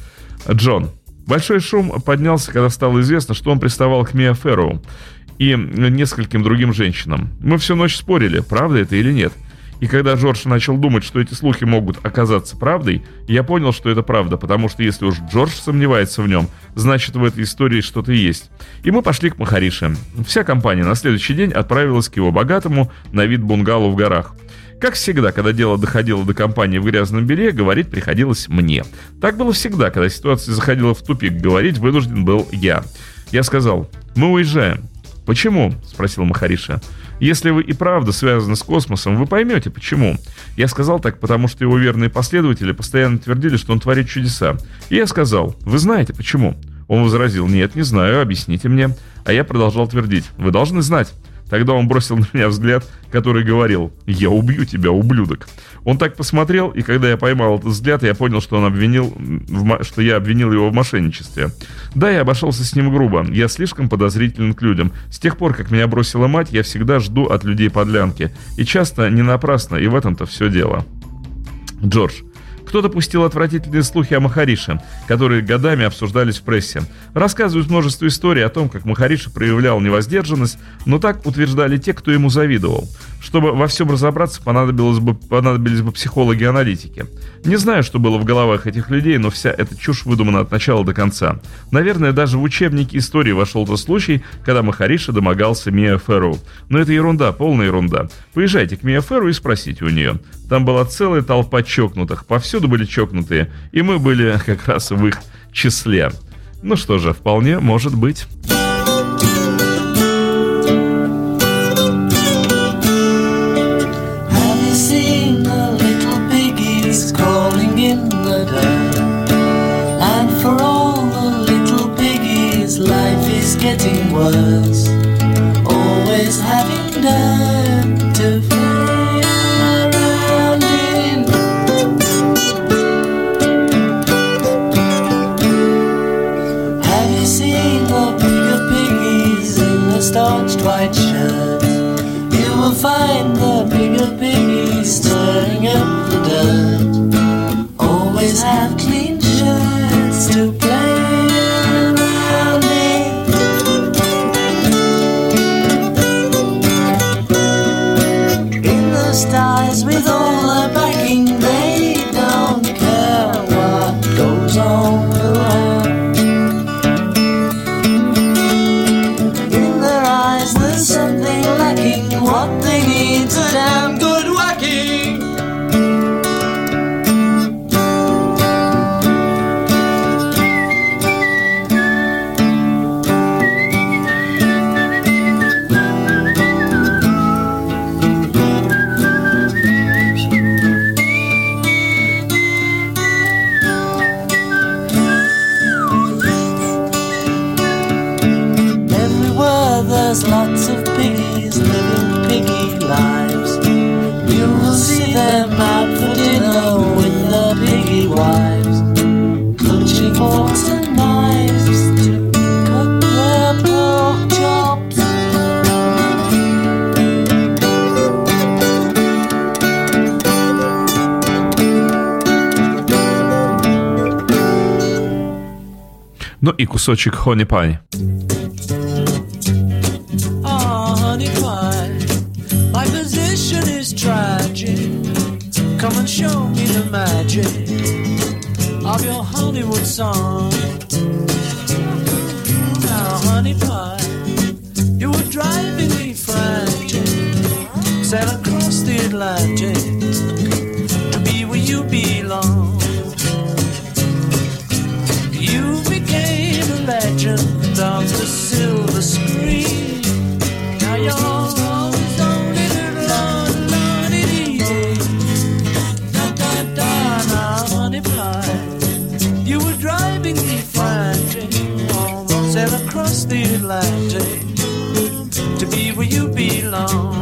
Джон. Большой шум поднялся, когда стало известно, что он приставал к Мия Ферроу и нескольким другим женщинам. Мы всю ночь спорили, правда это или нет. И когда Джордж начал думать, что эти слухи могут оказаться правдой, я понял, что это правда, потому что если уж Джордж сомневается в нем, значит в этой истории что-то есть. И мы пошли к Махариши. Вся компания на следующий день отправилась к его богатому на вид бунгало в горах. Как всегда, когда дело доходило до компании в грязном белье, говорить приходилось мне. Так было всегда, когда ситуация заходила в тупик, говорить вынужден был я. Я сказал: «Мы уезжаем». «Почему?» – спросил Махариши. «Если вы и правда связаны с космосом, вы поймете, почему». Я сказал так, потому что его верные последователи постоянно твердили, что он творит чудеса. И я сказал: «Вы знаете, почему?» Он возразил: «Нет, не знаю, объясните мне». А я продолжал твердить: «Вы должны знать». Тогда он бросил на меня взгляд, который говорил: «Я убью тебя, ублюдок». Он так посмотрел, и когда я поймал этот взгляд, я понял, что он обвинил, в, что я обвинил его в мошенничестве. Да, я обошелся с ним грубо. Я слишком подозрителен к людям. С тех пор, как меня бросила мать, я всегда жду от людей подлянки. И часто не напрасно, и в этом-то все дело. Джордж. Кто-то пустил отвратительные слухи о Махариши, которые годами обсуждались в прессе. Рассказывают множество историй о том, как Махариши проявлял невоздержанность, но так утверждали те, кто ему завидовал. Чтобы во всем разобраться, понадобилось бы, понадобились бы психологи-аналитики. Не знаю, что было в головах этих людей, но вся эта чушь выдумана от начала до конца. Наверное, даже в учебнике истории вошел тот случай, когда Махариши домогался Мия Ферроу. Но это ерунда, полная ерунда. Поезжайте к Мия Ферроу и спросите у нее. Там была целая толпа чокнутых, повсюду были чокнутые, и мы были как раз в их числе. Ну что же, вполне может быть. Getting worse, always having dirt to fly around in. Have you seen the bigger piggies in the starched white shirts? You will find the bigger piggies stirring up the dirt. Always have clean shirts to play. Stars with all the backing, they don't care what goes on around. In their eyes there's something lacking, what they need's a damn good whacking. There's lots of piggies living piggy lives. You will see them out for dinner with their piggy wives, clutching Ну и кусочек Honey Pie. Oh, honey pie, my position is tragic. Come and show me the magic of your Hollywood song. Now, honey pie, you were driving me frantic. Sail across the Atlantic to be where you belong. You became a legend of the silver screen. Now you're always only lonely. Da da da, now honey pie, you were driving me frantic. Almost sail across the Atlantic to be where you belong.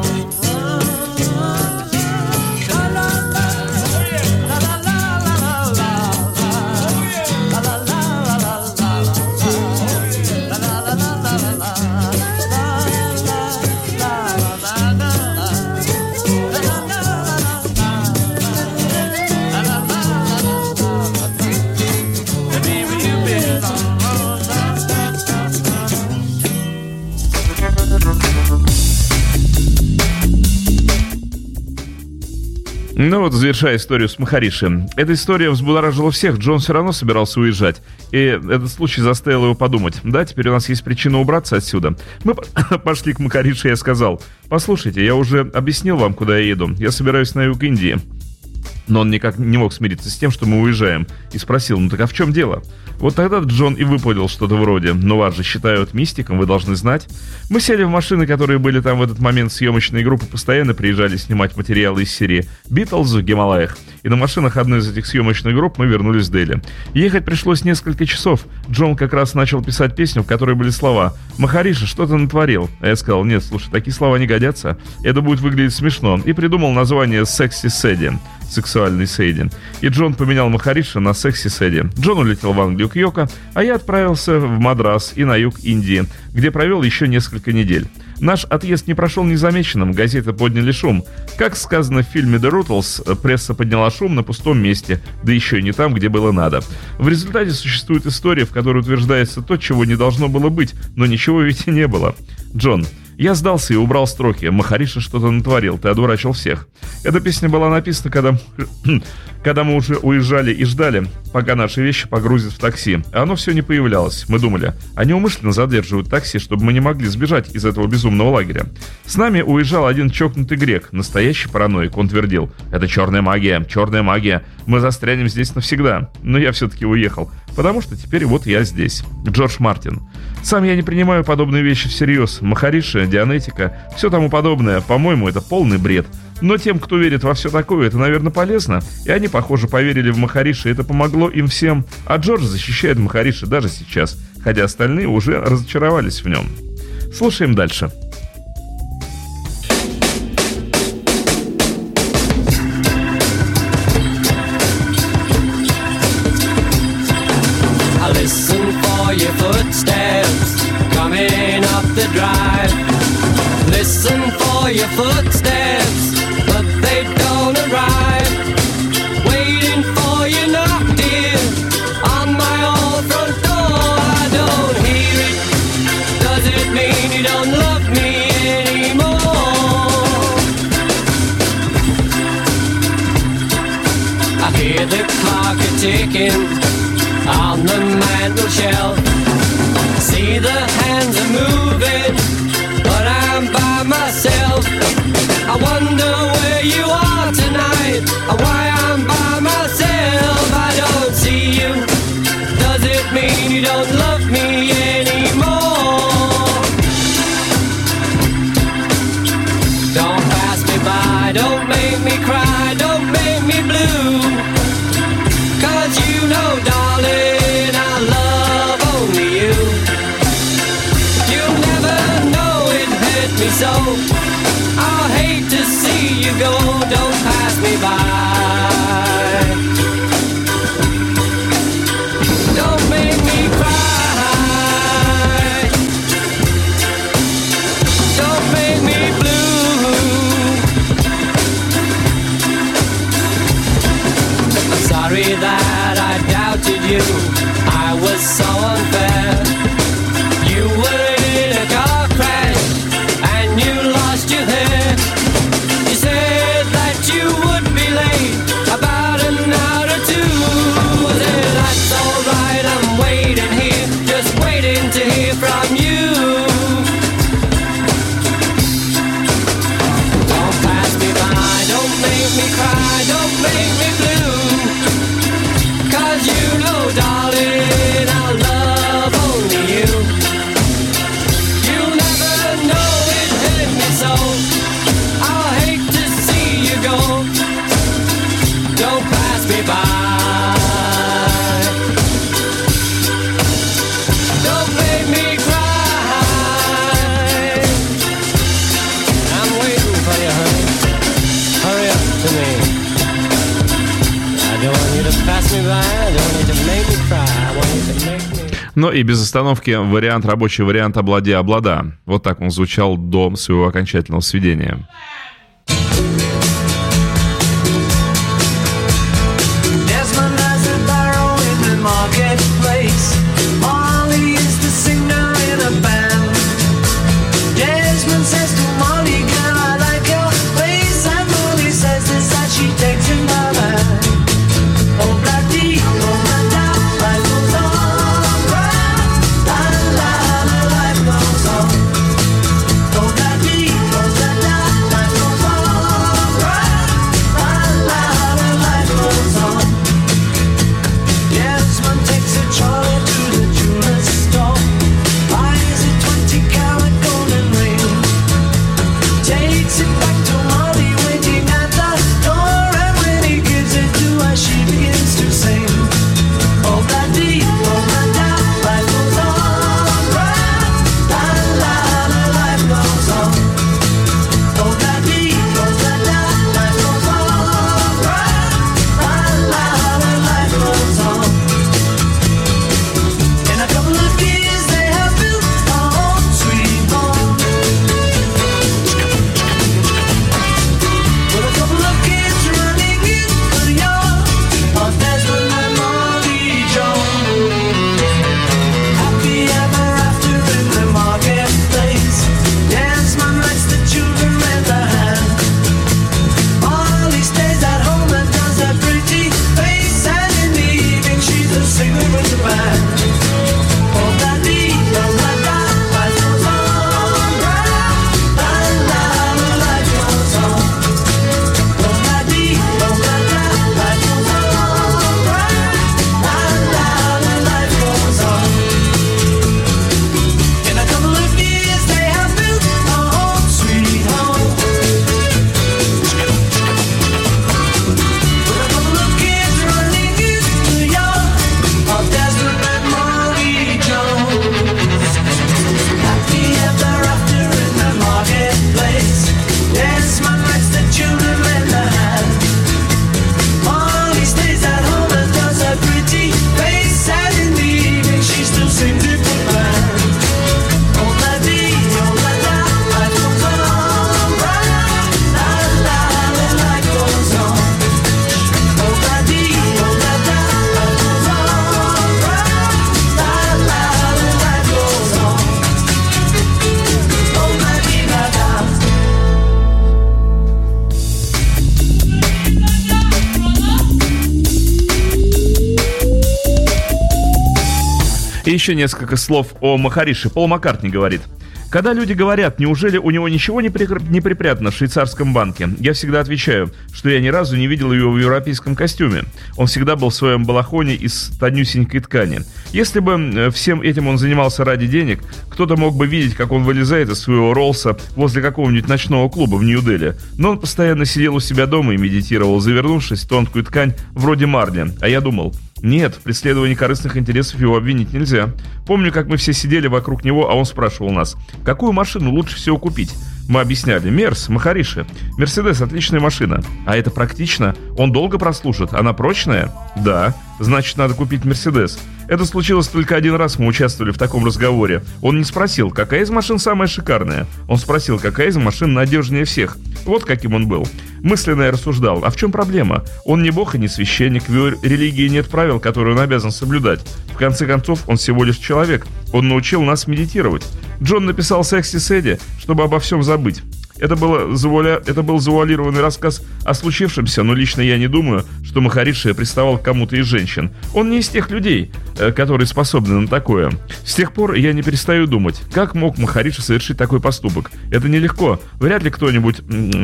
Ну вот, завершая историю с Махариши. Эта история взбудоражила всех, Джон все равно собирался уезжать. И этот случай заставил его подумать. Да, теперь у нас есть причина убраться отсюда. Мы пошли к Махарише, и я сказал: послушайте, я уже объяснил вам, куда я еду. Я собираюсь на юг Индии. Но он никак не мог смириться с тем, что мы уезжаем. И спросил: ну так а в чем дело? Вот тогда Джон и выпалил что-то вроде: ну вас же считают мистиком, вы должны знать. Мы сели в машины, которые были там в этот момент. Съемочные группы постоянно приезжали снимать материалы из серии «Битлз» в Гималаях. И на машинах одной из этих съемочных групп мы вернулись в Дели. Ехать пришлось несколько часов. Джон как раз начал писать песню, в которой были слова: «Махариша, что ты натворил?» А я сказал: нет, слушай, такие слова не годятся. Это будет выглядеть смешно. И придумал название «Секси Сэдди». Сексуальный Сэдди. И Джон поменял Махариша на Секси Сэдди. Джон улетел в Англию к Йоко, а я отправился в Мадрас и на юг Индии, где провел еще несколько недель. Наш отъезд не прошел незамеченным, газеты подняли шум. Как сказано в фильме «The Rutles», пресса подняла шум на пустом месте, да еще и не там, где было надо. В результате существует история, в которой утверждается то, чего не должно было быть, но ничего ведь и не было. Джон: я сдался и убрал строки. Махариша что-то натворил, ты одурачил всех. Эта песня была написана, когда, когда мы уже уезжали и ждали, пока наши вещи погрузят в такси. А оно все не появлялось. Мы думали, они умышленно задерживают такси, чтобы мы не могли сбежать из этого безумного лагеря. С нами уезжал один чокнутый грек, настоящий параноик. Он твердил: это черная магия, черная магия. Мы застрянем здесь навсегда. Но я все-таки уехал, потому что теперь вот я здесь. Джордж Мартин. Сам я не принимаю подобные вещи всерьез. Махариша, Дианетика, все тому подобное, по-моему, это полный бред. Но тем, кто верит во все такое, это, наверное, полезно. И они, похоже, поверили в Махариша, и это помогло им всем. А Джордж защищает Махариша даже сейчас, хотя остальные уже разочаровались в нем. Слушаем дальше. Your footsteps coming up the drive. Listen for your footsteps, but they don't arrive. Waiting for you knock, dear, on my old front door. I don't hear it. Does it mean you don't love me anymore? I hear the clock a-ticking on the mantel shelf. See the hands are moving, but I'm by myself. I wonder where you are tonight, or why I'm by myself. I don't see you. Does it mean you don't love me anymore? Don't pass me by, don't make me cry, don't make me blue. Cause you know, darling, I love only you. You'll never know it hurt me so. I'll hate to see you go, don't pass me by. Don't make me cry. Don't make me blue. I'm sorry that I doubted you. I was so unfair. Но и без остановки вариант, рабочий вариант «Облади-облада». Вот так он звучал до своего окончательного сведения. И еще несколько слов о Махарише. Пол Маккартни говорит: когда люди говорят, неужели у него ничего не, при... не припрятано в швейцарском банке, я всегда отвечаю, что я ни разу не видел его в европейском костюме. Он всегда был в своем балахоне из тонюсенькой ткани. Если бы всем этим он занимался ради денег, кто-то мог бы видеть, как он вылезает из своего Роллса возле какого-нибудь ночного клуба в Нью-Дели. Но он постоянно сидел у себя дома и медитировал, завернувшись в тонкую ткань вроде марли. А я думал: нет, в преследовании корыстных интересов его обвинить нельзя. Помню, как мы все сидели вокруг него, а он спрашивал нас, какую машину лучше всего купить. Мы объясняли: Мерс, Махариши. Мерседес — отличная машина. А это практично? Он долго прослужит? Она прочная? Да. Значит, надо купить Мерседес. Это случилось только один раз, мы участвовали в таком разговоре. Он не спросил, какая из машин самая шикарная. Он спросил, какая из машин надежнее всех. Вот каким он был. Мысленно я рассуждал: а в чем проблема? Он не бог и не священник, в его религии нет правил, которые он обязан соблюдать. В конце концов, он всего лишь человек. Он научил нас медитировать. Джон написал «Секси Сэдди», чтобы обо всем забыть. Это, было завуаля... Это был завуалированный рассказ о случившемся, но лично я не думаю, что Махариши приставал к кому-то из женщин. Он не из тех людей, которые способны на такое. С тех пор я не перестаю думать, как мог Махариши совершить такой поступок. Это нелегко. Вряд ли кто-нибудь...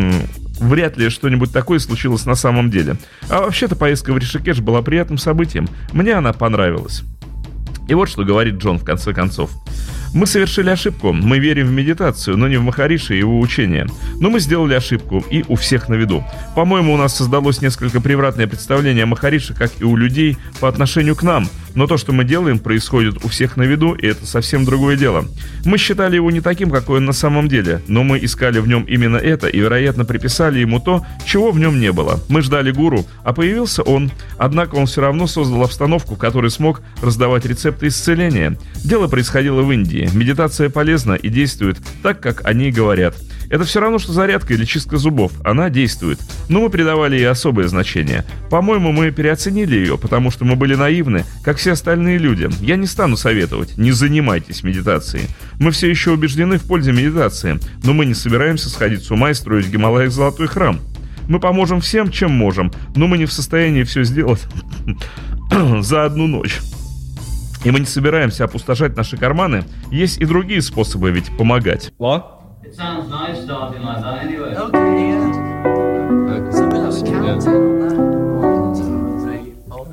Вряд ли что-нибудь такое случилось на самом деле. А вообще-то поездка в Ришикеш была приятным событием. Мне она понравилась. И вот что говорит Джон в конце концов. Мы совершили ошибку. Мы верим в медитацию, но не в Махариши и его учения. Но мы сделали ошибку, и у всех на виду. По-моему, у нас создалось несколько превратное представление о Махариши, как и у людей, по отношению к нам. Но то, что мы делаем, происходит у всех на виду, и это совсем другое дело. Мы считали его не таким, какой он на самом деле, но мы искали в нем именно это и, вероятно, приписали ему то, чего в нем не было. Мы ждали гуру, а появился он. Однако он все равно создал обстановку, в которой смог раздавать рецепты исцеления. Дело происходило в Индии. Медитация полезна и действует так, как они и говорят. Это все равно, что зарядка или чистка зубов. Она действует. Но мы придавали ей особое значение. По-моему, мы переоценили ее, потому что мы были наивны, как все остальные люди. Я не стану советовать, не занимайтесь медитацией. Мы все еще убеждены в пользе медитации, но мы не собираемся сходить с ума и строить в Гималаях золотой храм. Мы поможем всем, чем можем, но мы не в состоянии все сделать за одну ночь. И мы не собираемся опустошать наши карманы. Есть и другие способы ведь помогать. It sounds nice starting like that anyway. Okay, yeah. There's a bit of counting on that. One, two, three, four.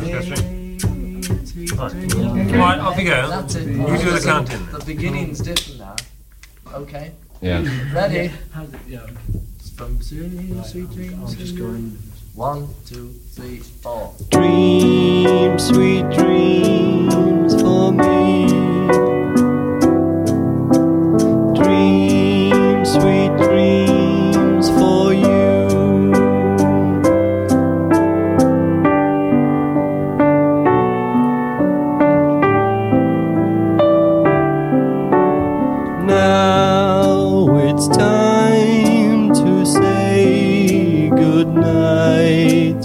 Okay. Right, off you go. That's it. You do the counting. The beginning's different now. Okay. Yeah. Ready? From zero, sweet dreams. I'm just going. One, two, three, four. Dreams, sweet dreams for me. Dreams, sweet dreams for you. Now it's time to say good night,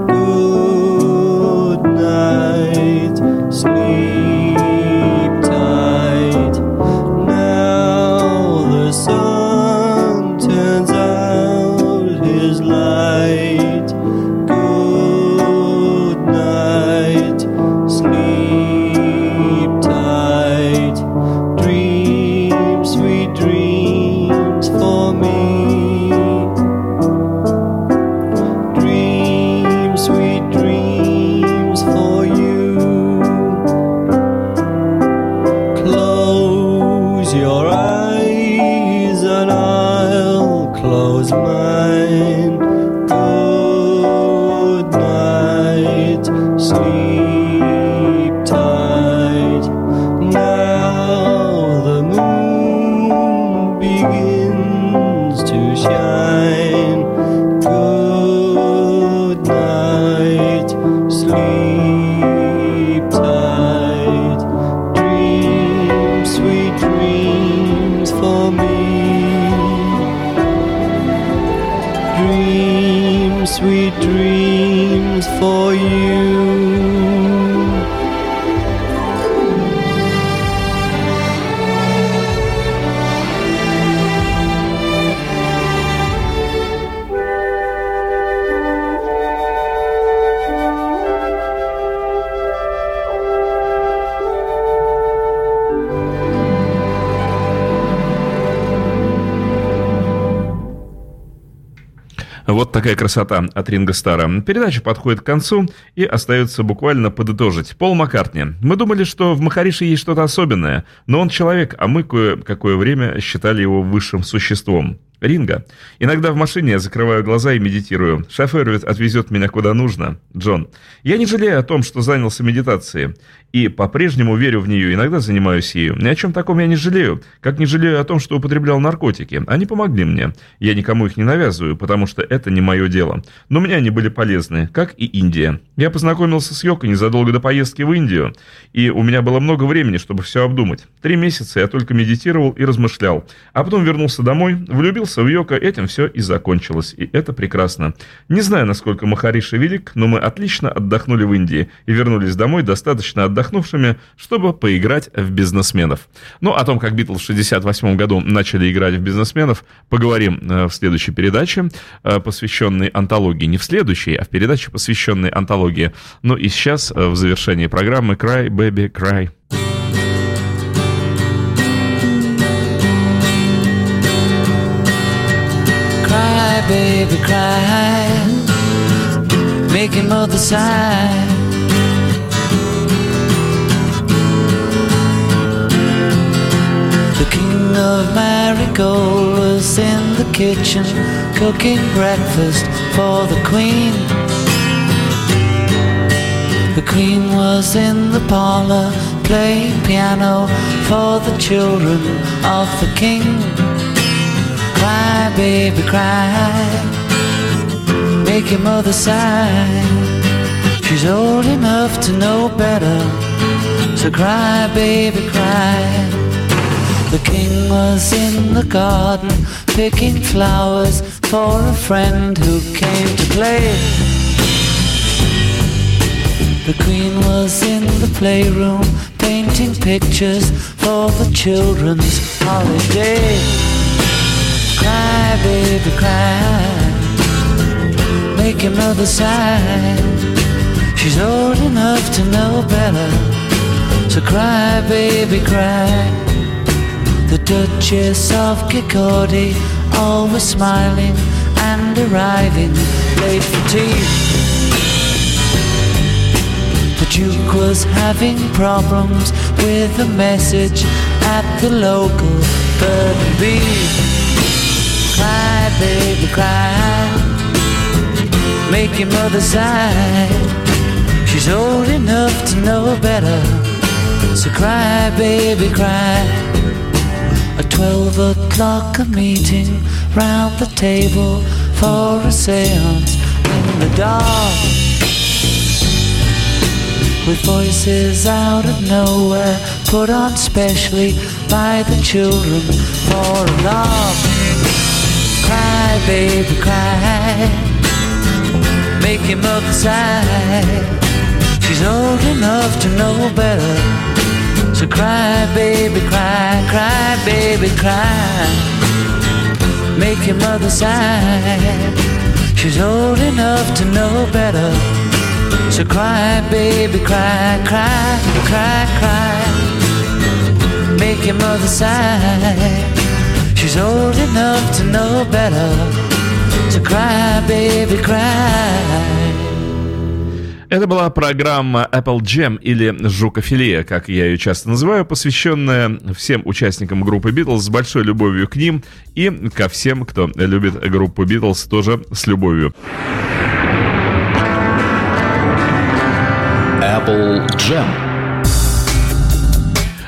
good night, sleep tight. Now the sun turns out his light. Good night, sleep tight. Dreams, sweet dreams for me. Dreams, sweet dreams for you. Close your eyes and I'll close mine. Good night, sleep tight. Now the moon begins to shine. Good night, sleep tight. Dreams, sweet dreams for me. Dreams, sweet dreams for you. Вот такая красота от Ринго Старра. Передача подходит к концу, и остается буквально подытожить. Пол Маккартни. Мы думали, что в Махарише есть что-то особенное, но он человек, а мы кое-какое время считали его высшим существом. Ринго. Иногда в машине я закрываю глаза и медитирую. Шофер ведь отвезет меня куда нужно. Джон. Я не жалею о том, что занялся медитацией. И по-прежнему верю в нее, иногда занимаюсь ею. Ни о чем таком я не жалею. Как не жалею о том, что употреблял наркотики. Они помогли мне. Я никому их не навязываю, потому что это не мое дело. Но мне они были полезны, как и Индия. Я познакомился с йогой незадолго до поездки в Индию. И у меня было много времени, чтобы все обдумать. Три месяца я только медитировал и размышлял. А потом вернулся домой, влюбился в йога, этим все и закончилось. И это прекрасно. Не знаю, насколько Махариша велик, но мы отлично отдохнули в Индии и вернулись домой достаточно отдохнувшими, чтобы поиграть в бизнесменов. Ну, о том, как Битлз в шестьдесят восьмом году начали играть в бизнесменов, поговорим в следующей передаче, посвященной антологии. Не в следующей, а в передаче, посвященной антологии. Ну и сейчас, в завершении программы, Cry, Baby, Cry. Cry, baby, cry, make your mother sigh. The king of Marigold was in the kitchen cooking breakfast for the queen. The Queen was in the parlor playing piano for the children of the King. Cry, baby, cry, make your mother sigh. She's old enough to know better, so cry, baby, cry. The King was in the garden picking flowers for a friend who came to play. The Queen was in the playroom painting pictures for the children's holiday. Cry, baby, cry, make your mother sigh. She's old enough to know better, so cry, baby, cry. The Duchess of Kirkcaldy, always smiling and arriving late for tea. The Duke was having problems with a message at the local bird and bee. Cry, baby, cry, make your mother sigh. She's old enough to know better, so cry, baby, cry. At twelve o'clock a meeting round the table for a seance in the dark, with voices out of nowhere put on specially by the children for a laugh. Cry, baby, cry, make your mother sigh. She's old enough to know better, so cry, baby, cry, cry, baby, cry, make your mother sigh. She's old enough to know better, so cry, baby, cry, cry, cry, cry, make your mother sigh. She's old enough to know better, so cry, baby, cry. Это была программа Apple Jam или Жукофилия, как я ее часто называю, посвященная всем участникам группы Beatles с большой любовью к ним и ко всем, кто любит группу Beatles тоже с любовью. Apple Jam.